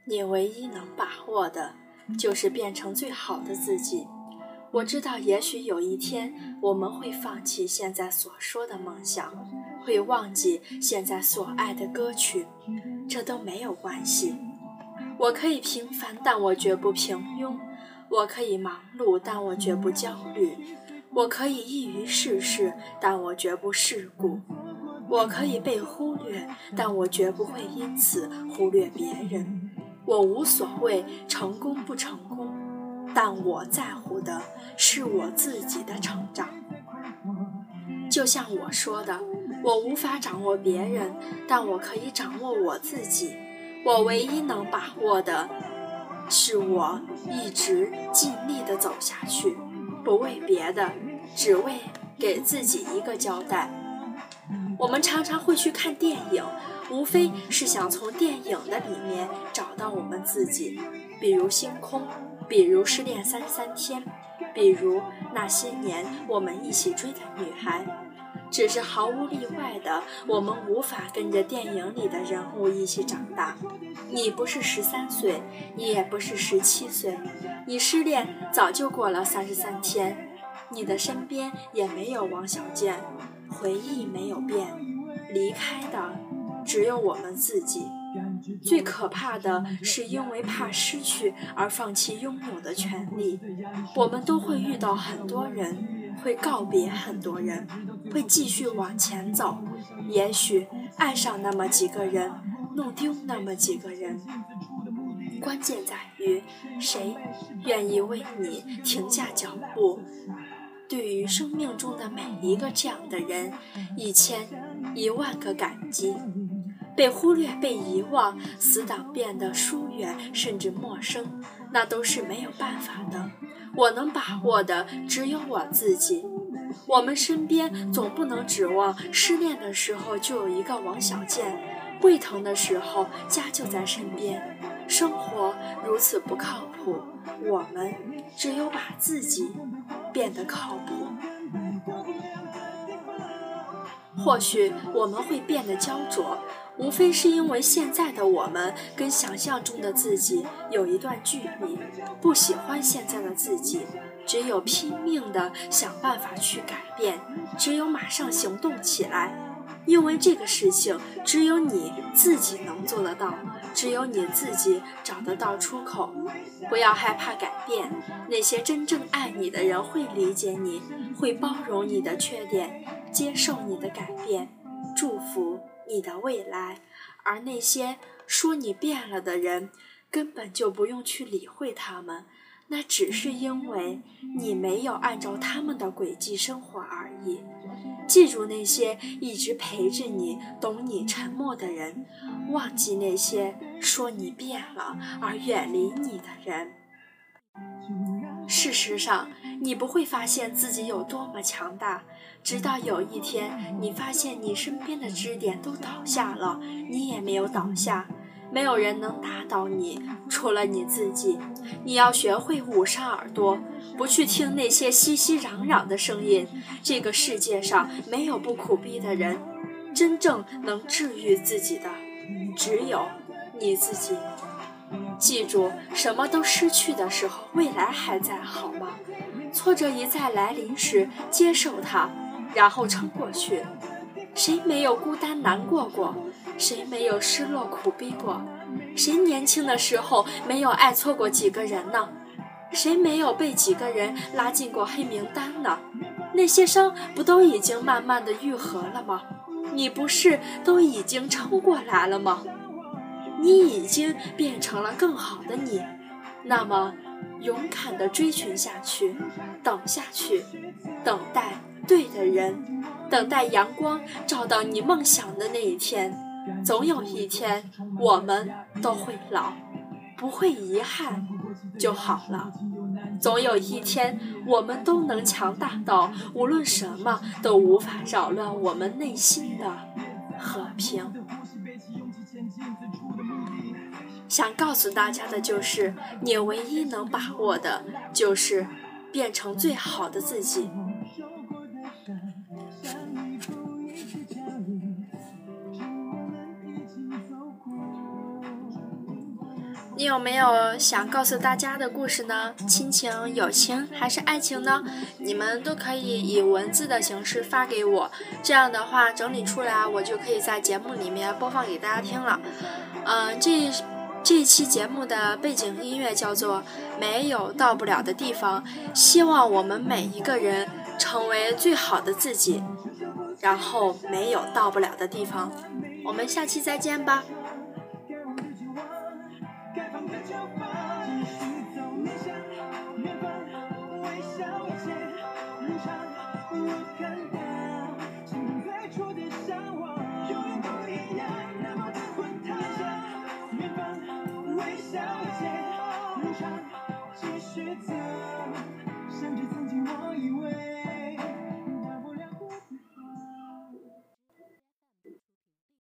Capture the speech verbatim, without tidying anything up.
你唯一能把握的，就是变成最好的自己。我知道也许有一天我们会放弃现在所说的梦想，会忘记现在所爱的歌曲，这都没有关系。我可以平凡，但我绝不平庸；我可以忙碌，但我绝不焦虑；我可以异于世事，但我绝不世故；我可以被忽略，但我绝不会因此忽略别人。我无所谓成功不成功，但我在乎的是我自己的成长。就像我说的，我无法掌握别人，但我可以掌握我自己。我唯一能把握的是我一直尽力地走下去，不为别的，只为给自己一个交代。我们常常会去看电影，无非是想从电影的里面找到我们自己，比如星空，比如失恋三十三天，比如那些年我们一起追的女孩。只是毫无例外的，我们无法跟着电影里的人物一起长大。你不是十三岁，你也不是十七岁，你失恋早就过了三十三天，你的身边也没有王小贱，回忆没有变，离开的只有我们自己。最可怕的是因为怕失去而放弃拥有的权利。我们都会遇到很多人，会告别很多人，会继续往前走，也许爱上那么几个人，弄丢那么几个人。关键在于谁愿意为你停下脚步。对于生命中的每一个这样的人，一千一万个感激。被忽略，被遗忘，死党变得疏远甚至陌生，那都是没有办法的。我能把握的只有我自己。我们身边总不能指望失恋的时候就有一个王小贱，胃疼的时候家就在身边。生活如此不靠谱，我们只有把自己变得靠谱。或许我们会变得焦灼，无非是因为现在的我们跟想象中的自己有一段距离，不喜欢现在的自己，只有拼命地想办法去改变，只有马上行动起来，因为这个事情只有你自己能做得到，只有你自己找得到出口。不要害怕改变，那些真正爱你的人会理解你，会包容你的缺点，接受你的改变，祝福你的未来。而那些说你变了的人，根本就不用去理会他们，那只是因为你没有按照他们的轨迹生活而已。记住那些一直陪着你、懂你沉默的人，忘记那些说你变了而远离你的人。事实上，你不会发现自己有多么强大，直到有一天你发现你身边的支点都倒下了，你也没有倒下。没有人能打倒你，除了你自己。你要学会捂上耳朵，不去听那些熙熙攘攘的声音。这个世界上没有不苦逼的人，真正能治愈自己的只有你自己。记住，什么都失去的时候，未来还在，好吗？挫折一再来临时，接受它，然后撑过去。谁没有孤单难过过？谁没有失落苦逼过？谁年轻的时候没有爱错过几个人呢？谁没有被几个人拉进过黑名单呢？那些伤不都已经慢慢的愈合了吗？你不是都已经撑过来了吗？你已经变成了更好的你，那么勇敢地追寻下去，等下去，等待对的人，等待阳光照到你梦想的那一天。总有一天我们都会老，不会遗憾就好了。总有一天我们都能强大到无论什么都无法扰乱我们内心的和平。想告诉大家的就是，你唯一能把握的就是变成最好的自己。 你有没有想告诉大家的故事呢？亲情、友情还是爱情呢？你们都可以以文字的形式发给我，这样的话整理出来，我就可以在节目里面播放给大家听了。嗯、呃，这这一期节目的背景音乐叫做《没有到不了的地方》，希望我们每一个人成为最好的自己，然后没有到不了的地方。我们下期再见吧。 继续走，甚至曾经